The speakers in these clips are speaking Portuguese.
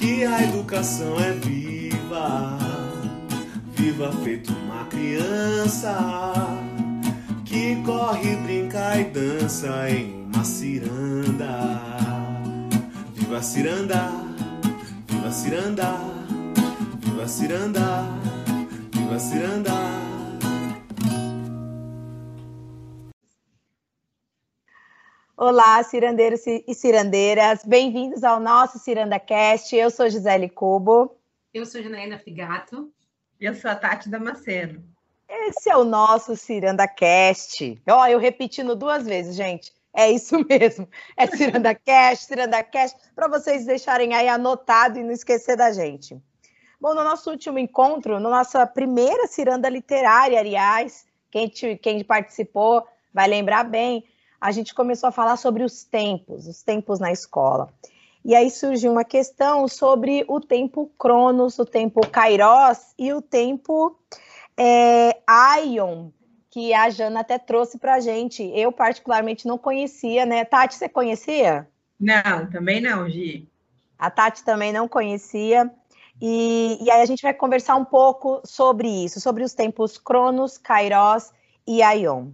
que a educação é viva, viva feito uma criança que corre, brinca e dança em uma ciranda. Viva a ciranda, viva a ciranda, viva a ciranda, viva a ciranda. Olá, cirandeiros e cirandeiras, bem-vindos ao nosso CirandaCast. Eu sou Gisele Cubo. Eu sou Janaína Frigato. Eu sou a Tati Damasceno. Esse é o nosso CirandaCast. Ó, eu repetindo 2 vezes, gente. É isso mesmo. É CirandaCast, para vocês deixarem aí anotado e não esquecer da gente. Bom, no nosso último encontro, na nossa primeira ciranda literária, aliás, quem participou vai lembrar bem, a gente começou a falar sobre os tempos na escola. E aí surgiu uma questão sobre o tempo Cronos, o tempo Kairos e o tempo Aion, que a Jana até trouxe para a gente. Eu, particularmente, não conhecia, né? Tati, você conhecia? Não, também não, Gi. A Tati também não conhecia. E aí a gente vai conversar um pouco sobre isso, sobre os tempos Cronos, Kairos e Aion.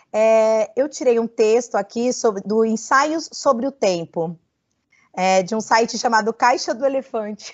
Eu tirei um texto aqui do Ensaios sobre o Tempo, de um site chamado Caixa do Elefante.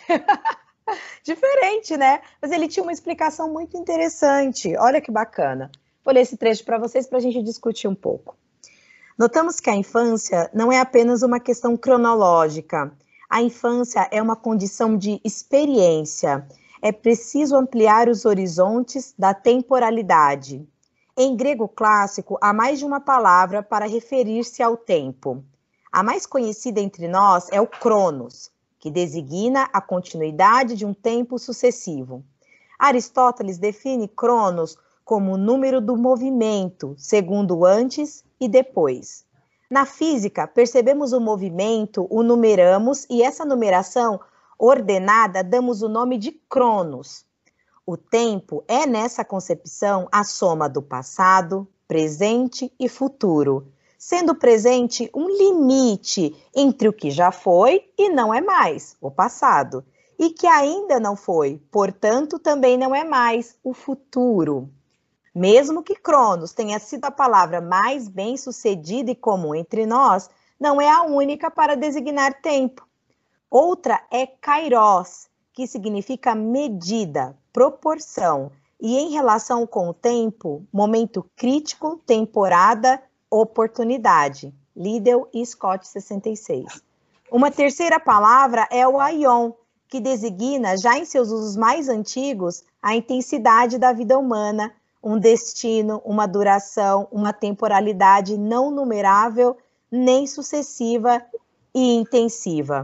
Diferente, né? Mas ele tinha uma explicação muito interessante. Olha que bacana. Vou ler esse trecho para vocês para a gente discutir um pouco. Notamos que a infância não é apenas uma questão cronológica. A infância é uma condição de experiência. É preciso ampliar os horizontes da temporalidade. Em grego clássico, há mais de uma palavra para referir-se ao tempo. A mais conhecida entre nós é o Cronos, que designa a continuidade de um tempo sucessivo. Aristóteles define Cronos como o número do movimento, segundo o antes e depois. Na física, percebemos o movimento, o numeramos e essa numeração ordenada damos o nome de Cronos. O tempo é, nessa concepção, a soma do passado, presente e futuro, sendo presente um limite entre o que já foi e não é mais, o passado, e que ainda não foi, portanto, também não é mais, o futuro. Mesmo que Cronos tenha sido a palavra mais bem-sucedida e comum entre nós, não é a única para designar tempo. Outra é Kairos, que significa medida, proporção, e em relação com o tempo, momento crítico, temporada, oportunidade. Liddell e Scott, 66. Uma terceira palavra é o aion, que designa, já em seus usos mais antigos, a intensidade da vida humana, um destino, uma duração, uma temporalidade não numerável, nem sucessiva e intensiva.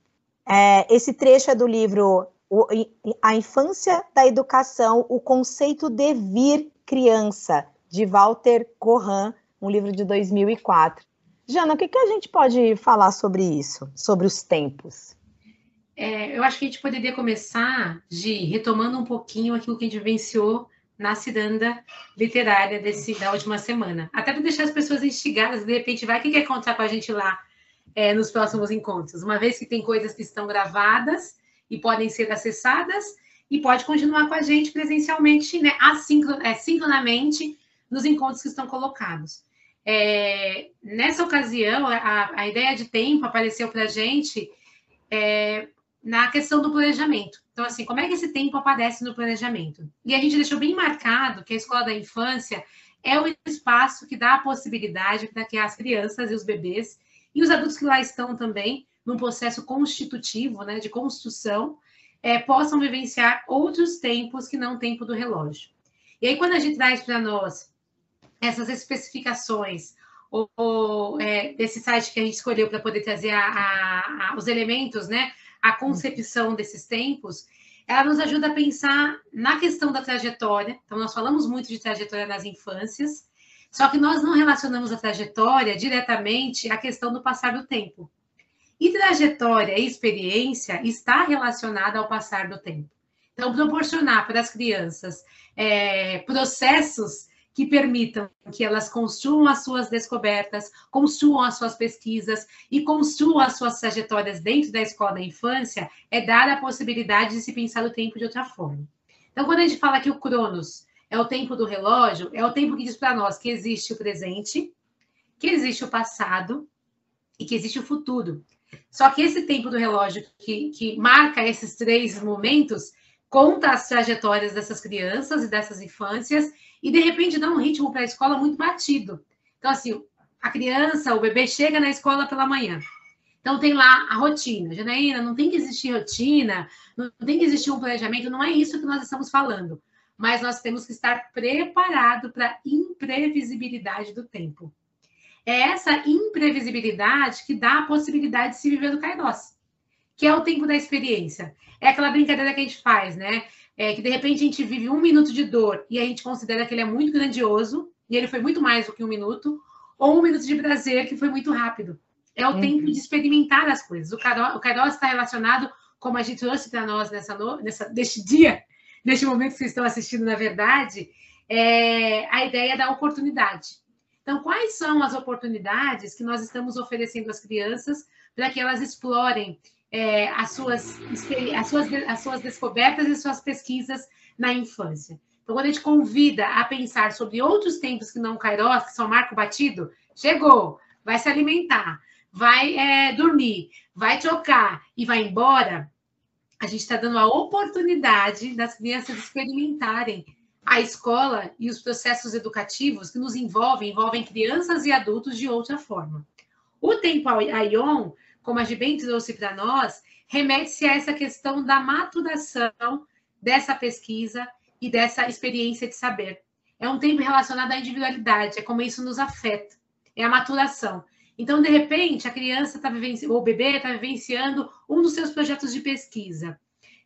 Esse trecho é do livro A Infância da Educação, o Conceito de Vir Criança, de Walter Gohan, um livro de 2004. Jana, o que a gente pode falar sobre isso, sobre os tempos? Eu acho que a gente poderia começar, retomando um pouquinho aquilo que a gente vivenciou na ciranda literária da última semana. Até para deixar as pessoas instigadas, de repente, quem quer contar com a gente lá nos próximos encontros? Uma vez que tem coisas que estão gravadas e podem ser acessadas, e pode continuar com a gente presencialmente, né, sincronamente, nos encontros que estão colocados. Nessa ocasião, a ideia de tempo apareceu para a gente na questão do planejamento. Então, assim, como é que esse tempo aparece no planejamento? E a gente deixou bem marcado que a escola da infância é o espaço que dá a possibilidade para que as crianças e os bebês e os adultos que lá estão também, num processo constitutivo, né, de construção, possam vivenciar outros tempos que não o tempo do relógio. E aí, quando a gente traz para nós essas especificações, desse site que a gente escolheu para poder trazer os elementos, né, a concepção desses tempos, ela nos ajuda a pensar na questão da trajetória. Então, nós falamos muito de trajetória nas infâncias, só que nós não relacionamos a trajetória diretamente à questão do passar do tempo. E trajetória e experiência está relacionada ao passar do tempo. Então, proporcionar para as crianças processos que permitam que elas construam as suas descobertas, construam as suas pesquisas e construam as suas trajetórias dentro da escola da infância, é dar a possibilidade de se pensar o tempo de outra forma. Então, quando a gente fala que o Cronos é o tempo do relógio, é o tempo que diz para nós que existe o presente, que existe o passado e que existe o futuro. Só que esse tempo do relógio que marca esses 3 momentos conta as trajetórias dessas crianças e dessas infâncias e, de repente, dá um ritmo para a escola muito batido. Então, assim, a criança, o bebê chega na escola pela manhã. Então, tem lá a rotina. Janaína, não tem que existir rotina, não tem que existir um planejamento, não é isso que nós estamos falando. Mas nós temos que estar preparados para a imprevisibilidade do tempo. É essa imprevisibilidade que dá a possibilidade de se viver no Kairos, que é o tempo da experiência. É aquela brincadeira que a gente faz, né? Que de repente a gente vive 1 minuto de dor e a gente considera que ele é muito grandioso e ele foi muito mais do que 1 minuto, ou 1 minuto de prazer que foi muito rápido. É o tempo de experimentar as coisas. O Kairos está relacionado, como a gente trouxe para nós neste dia, neste momento que vocês estão assistindo, na verdade, a ideia da oportunidade. Então, quais são as oportunidades que nós estamos oferecendo às crianças para que elas explorem as suas descobertas e suas pesquisas na infância? Então, quando a gente convida a pensar sobre outros tempos que não o Kairos, que são marco batido, chegou, vai se alimentar, vai dormir, vai trocar e vai embora, a gente está dando a oportunidade das crianças experimentarem a escola e os processos educativos que nos envolvem crianças e adultos de outra forma. O tempo Aion, como a Gi bem trouxe para nós, remete-se a essa questão da maturação dessa pesquisa e dessa experiência de saber. É um tempo relacionado à individualidade, é como isso nos afeta, é a maturação. Então, de repente, a criança está vivenciando, ou o bebê está vivenciando um dos seus projetos de pesquisa.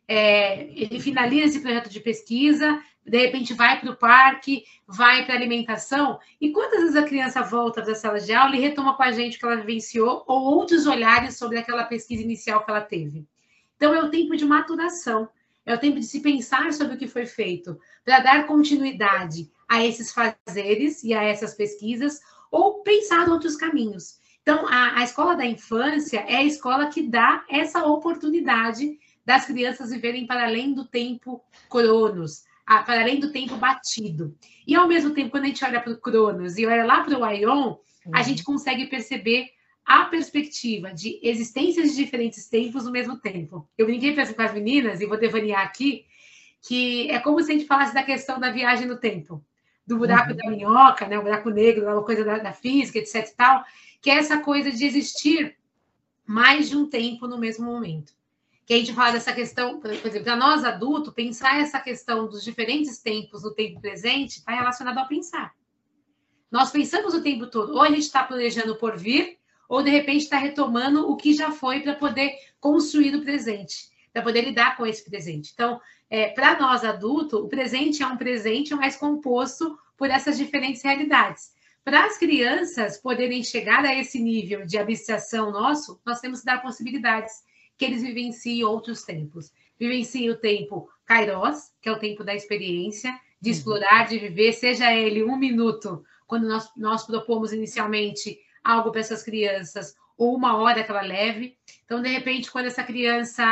Ele finaliza esse projeto de pesquisa, de repente vai para o parque, vai para a alimentação, e quantas vezes a criança volta para a sala de aula e retoma com a gente o que ela vivenciou, ou outros olhares sobre aquela pesquisa inicial que ela teve. Então, é o tempo de maturação, é o tempo de se pensar sobre o que foi feito, para dar continuidade a esses fazeres e a essas pesquisas, ou pensar em outros caminhos. Então, a escola da infância é a escola que dá essa oportunidade das crianças viverem para além do tempo Cronos, para além do tempo batido. E, ao mesmo tempo, quando a gente olha para o Cronos e olha lá para o Aion, a gente consegue perceber a perspectiva de existências de diferentes tempos no mesmo tempo. Eu brinquei com as meninas, e vou devanear aqui, que é como se a gente falasse da questão da viagem no tempo, do buraco da minhoca, né, o buraco negro, uma coisa da física, etc. e tal, que é essa coisa de existir mais de um tempo no mesmo momento. Que a gente fala dessa questão, por exemplo, para nós adultos, pensar essa questão dos diferentes tempos no tempo presente está relacionado ao pensar. Nós pensamos o tempo todo, ou a gente está planejando por vir, ou de repente está retomando o que já foi para poder construir o presente, para poder lidar com esse presente. Então, para nós adultos, o presente é um presente, mas composto por essas diferentes realidades. Para as crianças poderem chegar a esse nível de abstração nosso, nós temos que dar possibilidades que eles vivenciem outros tempos. Vivenciem o tempo Kairos, que é o tempo da experiência, de explorar, de viver, seja ele 1 minuto, quando nós propomos inicialmente algo para essas crianças, ou 1 hora que ela leve. Então, de repente, quando essa criança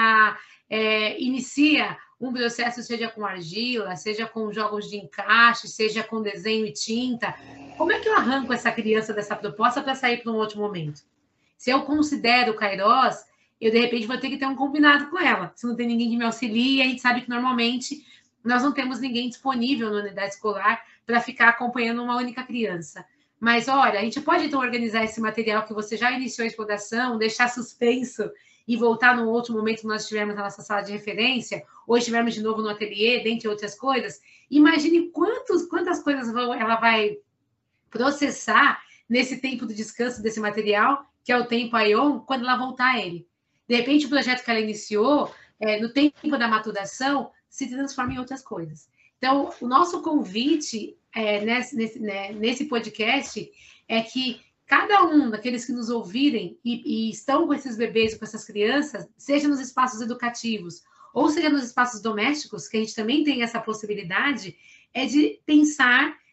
inicia um processo, seja com argila, seja com jogos de encaixe, seja com desenho e tinta, como é que eu arranco essa criança dessa proposta para sair para um outro momento? Se eu considero o Kairos, eu, de repente, vou ter que ter um combinado com ela. Se não tem ninguém que me auxilie, a gente sabe que, normalmente, nós não temos ninguém disponível na unidade escolar para ficar acompanhando uma única criança. Mas, olha, a gente pode, então, organizar esse material que você já iniciou a exploração, deixar suspenso e voltar num outro momento que nós estivermos na nossa sala de referência, ou estivermos de novo no ateliê, dentre outras coisas. Imagine quantas coisas ela vai processar nesse tempo de descanso desse material, que é o tempo Aion, quando ela voltar a ele. De repente, o projeto que ela iniciou, no tempo da maturação, se transforma em outras coisas. Então, o nosso convite nesse podcast é que cada um daqueles que nos ouvirem e estão com esses bebês, com essas crianças, seja nos espaços educativos ou seja nos espaços domésticos, que a gente também tem essa possibilidade, é de pensar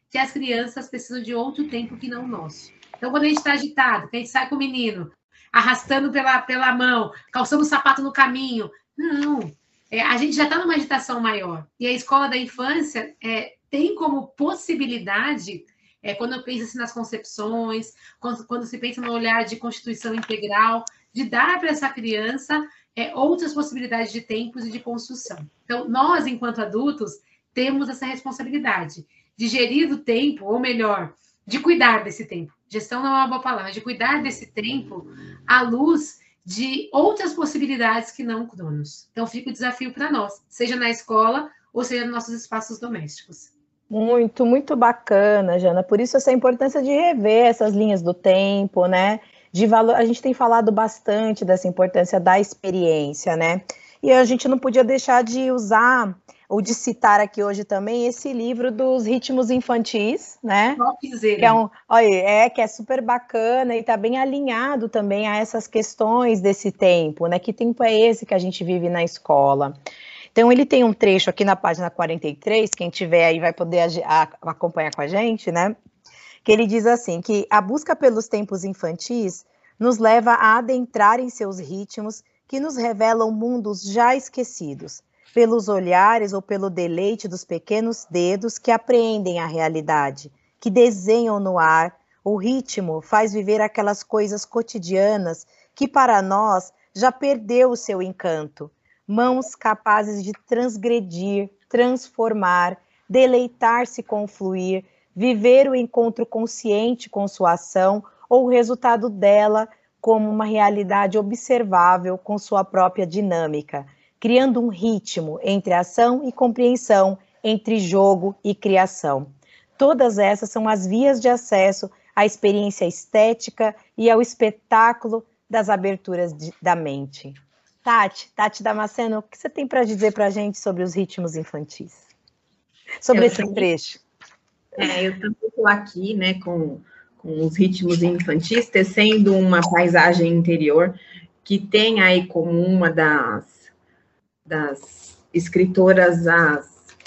que as crianças precisam de outro tempo que não o nosso. Então, quando a gente está agitado, que a gente sai com o menino, arrastando pela mão, calçando o sapato no caminho, não. A gente já está numa agitação maior. E a escola da infância tem como possibilidade, quando pensa-se nas concepções, quando se pensa no olhar de constituição integral, de dar para essa criança outras possibilidades de tempos e de construção. Então, nós, enquanto adultos, temos essa responsabilidade de gerir o tempo, ou melhor, de cuidar desse tempo. Gestão não é uma boa palavra, de cuidar desse tempo à luz de outras possibilidades que não cronos. Então, fica o desafio para nós, seja na escola ou seja nos nossos espaços domésticos. Muito, muito bacana, Jana. Por isso essa importância de rever essas linhas do tempo, né? De valor. A gente tem falado bastante dessa importância da experiência, né? E a gente não podia deixar de usar ou de citar aqui hoje também esse livro dos ritmos infantis, né? Que é que é super bacana e está bem alinhado também a essas questões desse tempo, né? Que tempo é esse que a gente vive na escola? Então, ele tem um trecho aqui na página 43, quem tiver aí vai poder acompanhar com a gente, né? Que ele diz assim, que a busca pelos tempos infantis nos leva a adentrar em seus ritmos que nos revelam mundos já esquecidos, pelos olhares ou pelo deleite dos pequenos dedos que apreendem a realidade, que desenham no ar. O ritmo faz viver aquelas coisas cotidianas que para nós já perdeu o seu encanto. Mãos capazes de transgredir, transformar, deleitar-se com o fluir, viver o encontro consciente com sua ação ou o resultado dela como uma realidade observável com sua própria dinâmica, criando um ritmo entre ação e compreensão, entre jogo e criação. Todas essas são as vias de acesso à experiência estética e ao espetáculo das aberturas da mente. Tati Damasceno, o que você tem para dizer para a gente sobre os ritmos infantis? Sobre esse trecho. Eu também estou aqui, né, com os ritmos infantis, tecendo uma paisagem interior que tem aí como uma das escritoras a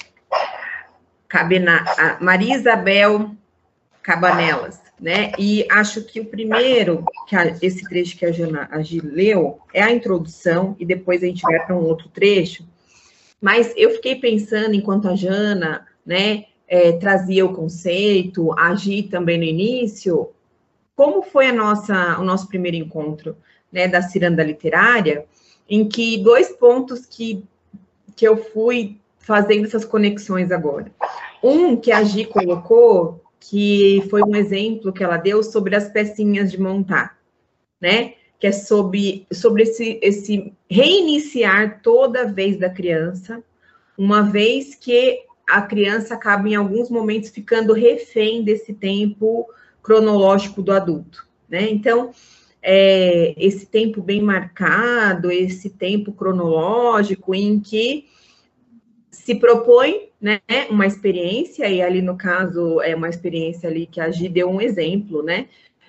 Maria Isabel Cabanelas, né? E acho que o primeiro, esse trecho que a Gi leu, é a introdução, e depois a gente vai para um outro trecho. Mas eu fiquei pensando, enquanto a Jana, né, trazia o conceito, a Gi também no início, como foi o nosso primeiro encontro, né, da ciranda literária, em que 2 pontos que eu fui fazendo essas conexões agora. Um que a Gi colocou, que foi um exemplo que ela deu sobre as pecinhas de montar, né? Que é sobre esse reiniciar toda vez da criança, uma vez que a criança acaba em alguns momentos ficando refém desse tempo cronológico do adulto, né? Então, esse tempo bem marcado, esse tempo cronológico em que se propõe, né, uma experiência, e ali no caso é uma experiência ali que a Gi deu um exemplo, né,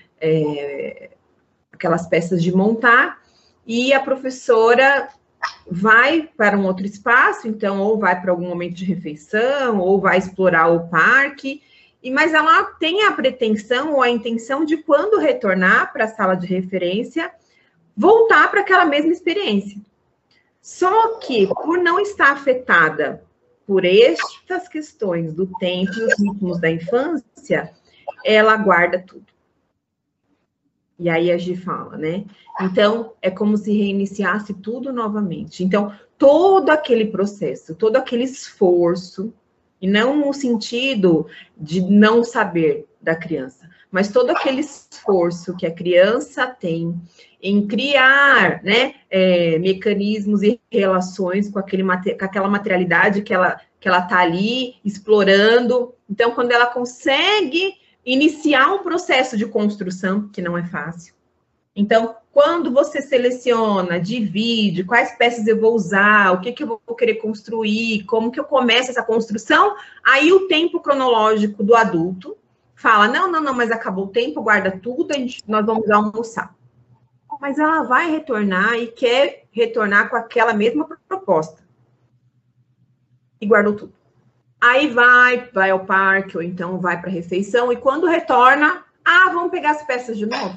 aquelas peças de montar, e a professora vai para um outro espaço, então, ou vai para algum momento de refeição, ou vai explorar o parque, mas ela tem a pretensão ou a intenção de, quando retornar para a sala de referência, voltar para aquela mesma experiência. Só que, por não estar afetada por estas questões do tempo e os ritmos da infância, ela guarda tudo. E aí a Gi fala, né? Então, é como se reiniciasse tudo novamente. Então, todo aquele processo, todo aquele esforço, e não no sentido de não saber da criança, mas todo aquele esforço que a criança tem em criar, né, mecanismos e relações com aquela materialidade que ela está ali explorando. Então, quando ela consegue iniciar um processo de construção, que não é fácil. Então, quando você seleciona, divide, quais peças eu vou usar, o que eu vou querer construir, como que eu começo essa construção, aí o tempo cronológico do adulto fala, não, mas acabou o tempo, guarda tudo, nós vamos almoçar. Mas ela vai retornar e quer retornar com aquela mesma proposta. E guardou tudo. Aí vai ao parque, ou então vai para a refeição, e quando retorna, vamos pegar as peças de novo?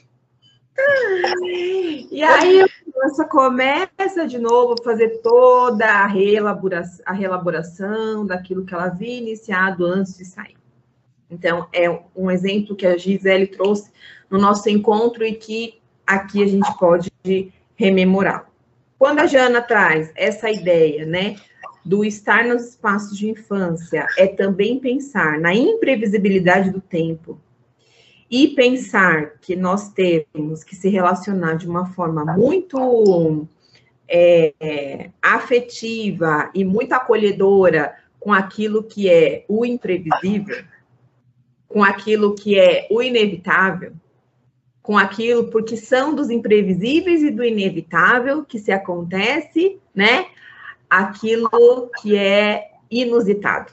E aí a criança começa de novo a fazer toda a reelaboração daquilo que ela havia iniciado antes de sair. Então, é um exemplo que a Gisele trouxe no nosso encontro e que aqui a gente pode rememorar. Quando a Jana traz essa ideia, né, do estar nos espaços de infância, é também pensar na imprevisibilidade do tempo e pensar que nós temos que se relacionar de uma forma muito afetiva e muito acolhedora com aquilo que é o imprevisível, com aquilo que é o inevitável, com aquilo, porque são dos imprevisíveis e do inevitável que se acontece, né, aquilo que é inusitado.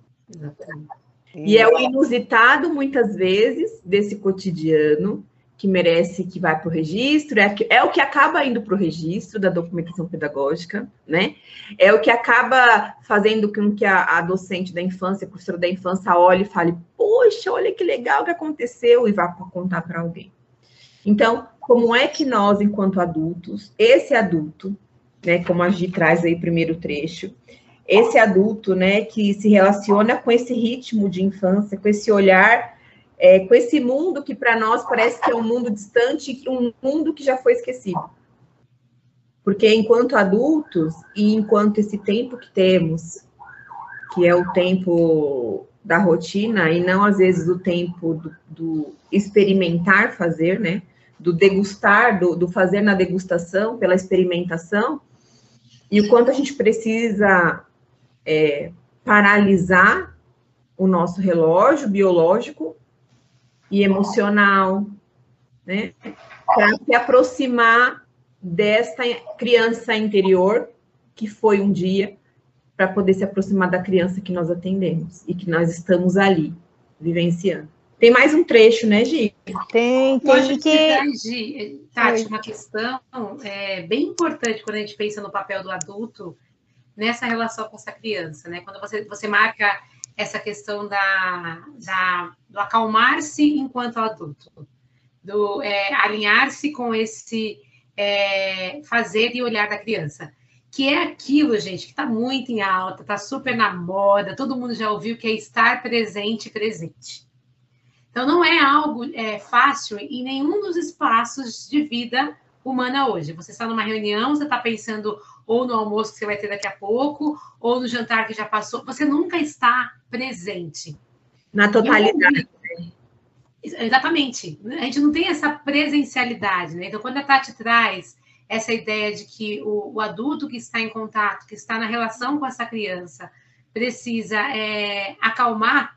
E é o inusitado, muitas vezes, desse cotidiano, que merece, que vai para o registro, é o que acaba indo para o registro da documentação pedagógica, né? É o que acaba fazendo com que a docente da infância, a professora da infância, olhe e fale, poxa, olha que legal que aconteceu, e vá contar para alguém. Então, como é que nós, enquanto adultos, esse adulto, né, como a Gi traz aí o primeiro trecho, esse adulto, né, que se relaciona com esse ritmo de infância, com esse olhar, com esse mundo que para nós parece que é um mundo distante, um mundo que já foi esquecido. Porque enquanto adultos e enquanto esse tempo que temos, que é o tempo da rotina e não às vezes o tempo do experimentar fazer, né, do degustar, do fazer na degustação, pela experimentação, e o quanto a gente precisa paralisar o nosso relógio biológico e emocional, né, para se aproximar desta criança interior que foi um dia, para poder se aproximar da criança que nós atendemos e que nós estamos ali, vivenciando. Tem mais um trecho, né, Gi? Tem que... Tati, uma questão bem importante quando a gente pensa no papel do adulto nessa relação com essa criança, né? Quando você marca essa questão do acalmar-se enquanto adulto, do alinhar-se com esse fazer e olhar da criança, que é aquilo, gente, que está muito em alta, está super na moda, todo mundo já ouviu que é estar presente. Então, não é algo fácil em nenhum dos espaços de vida humana hoje. Você está numa reunião, você está pensando ou no almoço que você vai ter daqui a pouco, ou no jantar que já passou. Você nunca está presente. Na totalidade. Exatamente. A gente não tem essa presencialidade, né? Então, quando a Tati traz essa ideia de que o adulto que está em contato, que está na relação com essa criança, precisa acalmar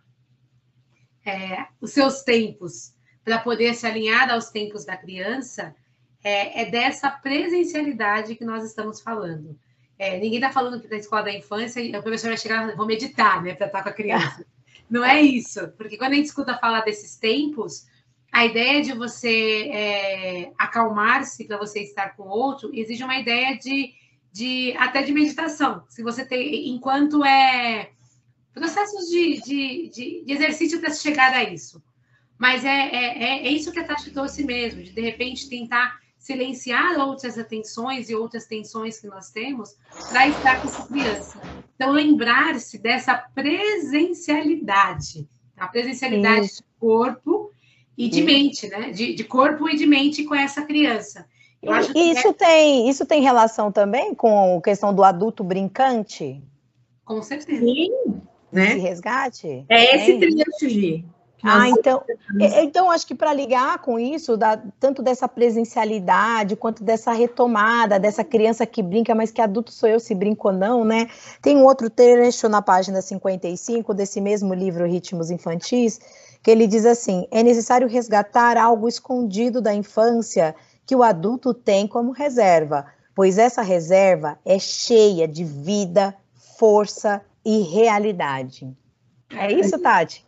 os seus tempos para poder se alinhar aos tempos da criança, é dessa presencialidade que nós estamos falando. Ninguém está falando que na escola da infância o professor vai chegar, vou meditar, né, para estar com a criança. Não é isso, porque quando a gente escuta falar desses tempos, a ideia de você acalmar-se para você estar com o outro exige uma ideia até de meditação. Se você tem, enquanto processos de exercício para chegar a isso. Mas é isso que a Tati trouxe mesmo, de repente tentar silenciar outras atenções e outras tensões que nós temos para estar com essa criança. Então, lembrar-se dessa presencialidade, a presencialidade de corpo e de mente, né? De corpo e de mente com essa criança. Eu acho que isso tem relação também com a questão do adulto brincante? Com certeza. Sim, né? Esse resgate? Esse trecho, Gi. Então, acho que para ligar com isso, tanto dessa presencialidade, quanto dessa retomada, dessa criança que brinca, mas que adulto sou eu, se brinco ou não, né? Tem um outro trecho na página 55 desse mesmo livro, Ritmos Infantis, que ele diz assim, é necessário resgatar algo escondido da infância que o adulto tem como reserva, pois essa reserva é cheia de vida, força e realidade. É isso, Tati?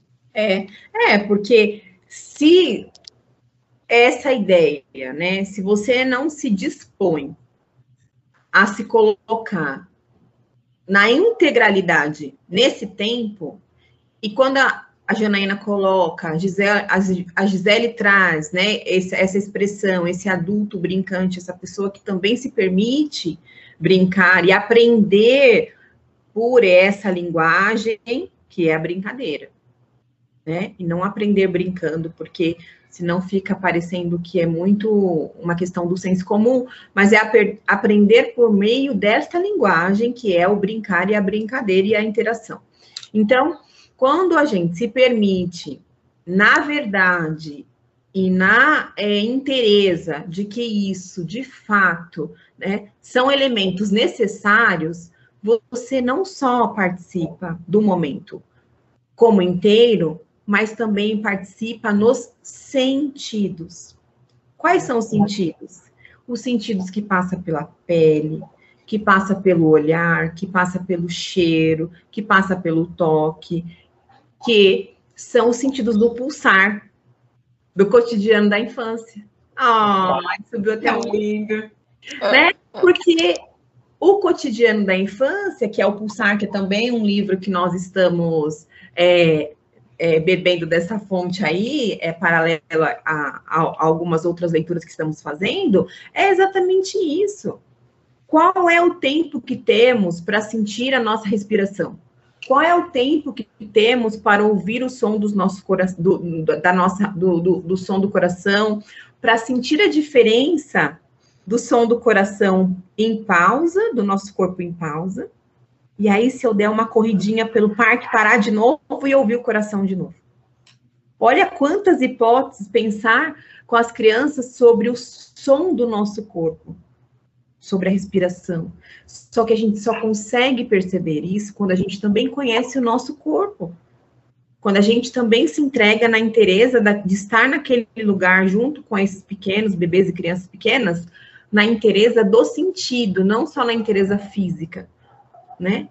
Porque se essa ideia, né, se você não se dispõe a se colocar na integralidade nesse tempo, e quando a Janaína coloca, a Gisele traz, né, essa expressão, esse adulto brincante, essa pessoa que também se permite brincar e aprender por essa linguagem, que é a brincadeira, né? E não aprender brincando, porque senão fica parecendo que é muito uma questão do senso comum, mas é aprender por meio desta linguagem, que é o brincar e a brincadeira e a interação. Então, quando a gente se permite, na verdade, e na inteireza de que isso, de fato, né, são elementos necessários, você não só participa do momento como inteiro, mas também participa nos sentidos. Quais são os sentidos? Os sentidos que passam pela pele, que passa pelo olhar, que passa pelo cheiro, que passa pelo toque, que são os sentidos do pulsar, do cotidiano da infância. Subiu até um lindo. Né? Porque o cotidiano da infância, que é o Pulsar, que é também um livro que nós estamos bebendo dessa fonte aí, paralela a algumas outras leituras que estamos fazendo, é exatamente isso. Qual é o tempo que temos para sentir a nossa respiração? Qual é o tempo que temos para ouvir o som dos nossos do som do coração, para sentir a diferença do som do coração em pausa, do nosso corpo em pausa, e aí se eu der uma corridinha pelo parque, parar de novo e ouvir o coração de novo. Olha quantas hipóteses pensar com as crianças sobre o som do nosso corpo, sobre a respiração. Só que a gente só consegue perceber isso quando a gente também conhece o nosso corpo. Quando a gente também se entrega na inteireza de estar naquele lugar junto com esses pequenos, bebês e crianças pequenas, na inteireza do sentido, não só na inteireza física, né?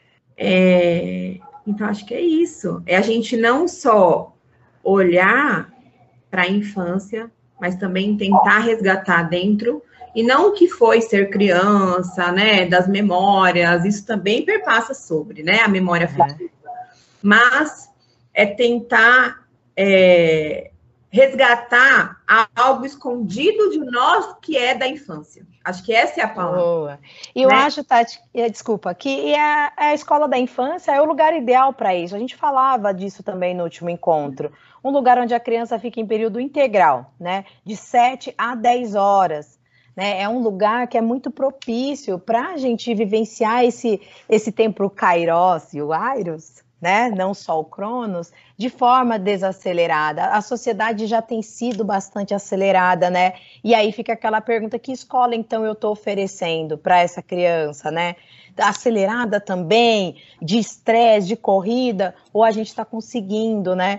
Então, acho que é isso. É a gente não só olhar para a infância, mas também tentar resgatar dentro, e não o que foi ser criança, né, das memórias, isso também perpassa sobre, né, a memória afetiva. Mas é tentar resgatar algo escondido de nós que é da infância. Acho que essa é a palavra. Boa. E eu acho, Tati, desculpa, que a escola da infância é o lugar ideal para isso. A gente falava disso também no último encontro. Um lugar onde a criança fica em período integral, né, de 7 a 10 horas. Né? É um lugar que é muito propício para a gente vivenciar esse tempo Kairos e o Airos, né? Não só o Cronos, de forma desacelerada. A sociedade já tem sido bastante acelerada, né? E aí fica aquela pergunta, que escola, então, eu estou oferecendo para essa criança, né? Acelerada também, de estresse, de corrida, ou a gente está conseguindo, né?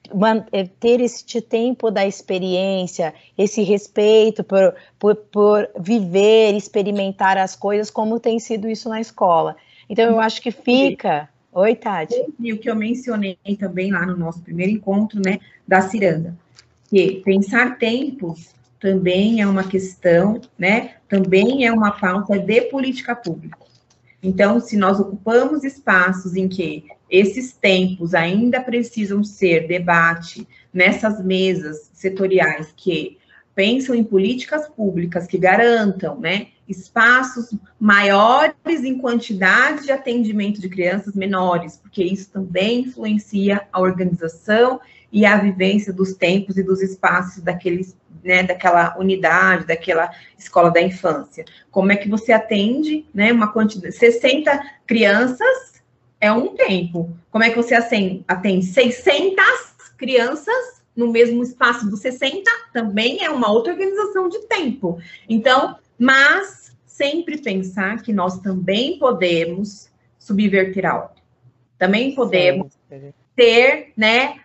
Ter esse tempo da experiência, esse respeito por viver, experimentar as coisas, como tem sido isso na escola. Então, eu acho que fica... Oi, Tati. E o que eu mencionei também lá no nosso primeiro encontro, né, da ciranda, que pensar tempos também é uma questão, né, também é uma pauta de política pública. Então, se nós ocupamos espaços em que esses tempos ainda precisam ser debate nessas mesas setoriais que pensam em políticas públicas que garantam, né, espaços maiores em quantidade de atendimento de crianças menores, porque isso também influencia a organização e a vivência dos tempos e dos espaços daqueles, né, daquela unidade, daquela escola da infância. Como é que você atende, né, uma quantidade, 60 crianças é um tempo. Como é que você atende 600 crianças no mesmo espaço dos 60? Também é uma outra organização de tempo. Então, mas sempre pensar que nós também podemos subverter a ordem. Também podemos ter, né,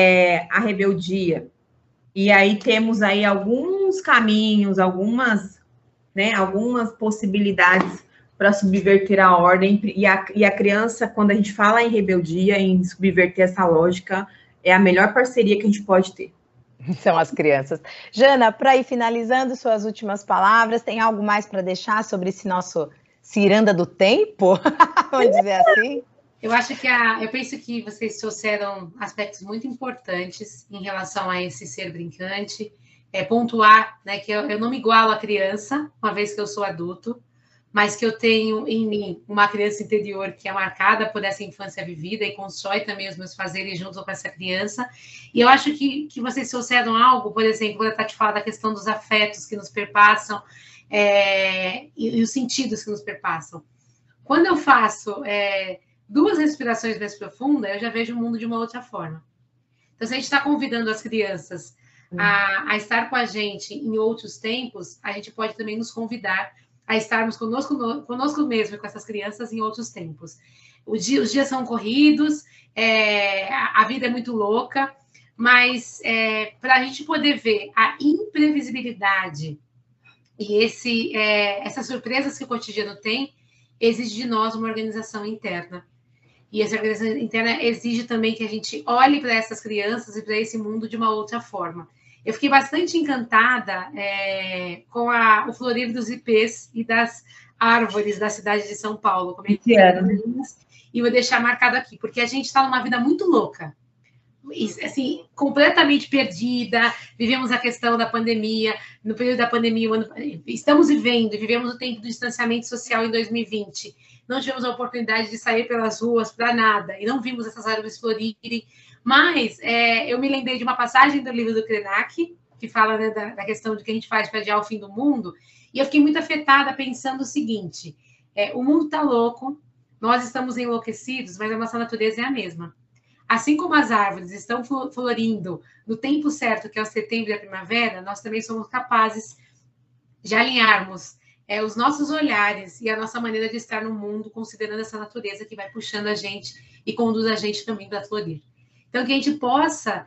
a rebeldia. E aí temos aí alguns caminhos, algumas possibilidades para subverter a ordem. E a criança, quando a gente fala em rebeldia, em subverter essa lógica, é a melhor parceria que a gente pode ter. São as crianças. Jana, para ir finalizando suas últimas palavras, tem algo mais para deixar sobre esse nosso ciranda do tempo, vamos dizer assim? Eu acho que eu penso que vocês trouxeram aspectos muito importantes em relação a esse ser brincante. Pontuar, né, que eu não me igualo à criança, uma vez que eu sou adulto, mas que eu tenho em mim uma criança interior que é marcada por essa infância vivida e constrói também os meus fazeres junto com essa criança. E eu acho que vocês trouxeram algo, por exemplo, quando a Tati fala da questão dos afetos que nos perpassam e os sentidos que nos perpassam. Quando eu faço 2 respirações mais profundas, eu já vejo o mundo de uma outra forma. Então, se a gente está convidando as crianças a estar com a gente em outros tempos, a gente pode também nos convidar a estarmos conosco mesmo e com essas crianças em outros tempos. Os dias são corridos, a vida é muito louca, mas para a gente poder ver a imprevisibilidade e essas surpresas que o cotidiano tem, exige de nós uma organização interna. E essa organização interna exige também que a gente olhe para essas crianças e para esse mundo de uma outra forma. Eu fiquei bastante encantada com o florir dos ipês e das árvores da cidade de São Paulo. E vou deixar marcado aqui, porque a gente está numa vida muito louca. Assim, completamente perdida, vivemos a questão da pandemia, no período da pandemia, estamos vivemos o tempo do distanciamento social em 2020, não tivemos a oportunidade de sair pelas ruas para nada, e não vimos essas árvores florirem, mas eu me lembrei de uma passagem do livro do Krenak, que fala, né, da questão de que a gente faz para adiar o fim do mundo, e eu fiquei muito afetada pensando o seguinte, o mundo está louco, nós estamos enlouquecidos, mas a nossa natureza é a mesma. Assim como as árvores estão florindo no tempo certo, que é o setembro e a primavera, nós também somos capazes de alinharmos os nossos olhares e a nossa maneira de estar no mundo, considerando essa natureza que vai puxando a gente e conduz a gente também para florir. Então, que a gente possa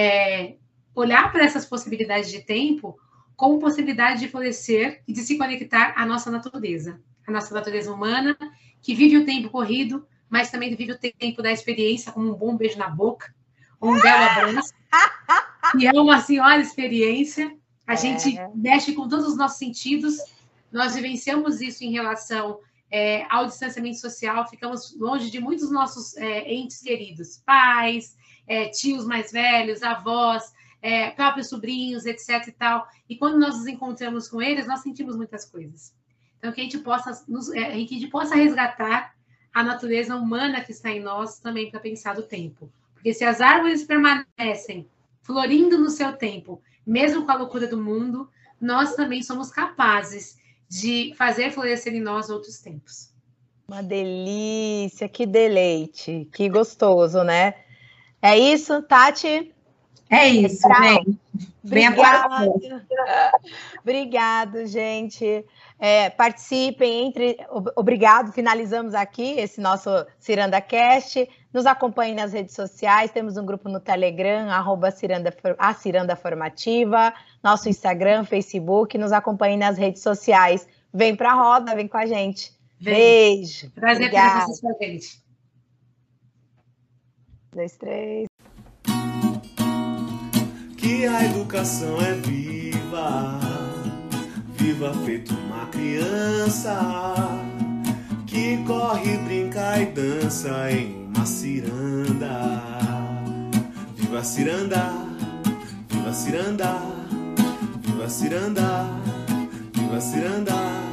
olhar para essas possibilidades de tempo como possibilidade de florescer e de se conectar à nossa natureza humana, que vive o tempo corrido, mas também vive o tempo da experiência, como um bom beijo na boca, um belo abraço, e é uma senhora experiência, a gente mexe com todos os nossos sentidos, nós vivenciamos isso em relação ao distanciamento social, ficamos longe de muitos nossos entes queridos, pais, tios mais velhos, avós, próprios sobrinhos, etc. e tal, e quando nós nos encontramos com eles, nós sentimos muitas coisas. Então, que a gente possa resgatar a natureza humana que está em nós também para pensar do tempo. Porque se as árvores permanecem florindo no seu tempo, mesmo com a loucura do mundo, nós também somos capazes de fazer florescer em nós outros tempos. Uma delícia, que deleite, que gostoso, né? É isso, Tati? É isso, gente. Obrigada. Obrigado, gente. Participem, obrigado, finalizamos aqui esse nosso CirandaCast, nos acompanhem nas redes sociais, temos um grupo no Telegram, @cirandaformativa, nosso Instagram, Facebook, nos acompanhem nas redes sociais, vem pra roda, vem com a gente. Beijo. Prazer ter vocês com a gente. 1, 2, 3. Que a educação é viva, viva feito uma criança que corre, brinca e dança em uma ciranda. Viva a ciranda, viva a ciranda, viva a ciranda, viva a ciranda.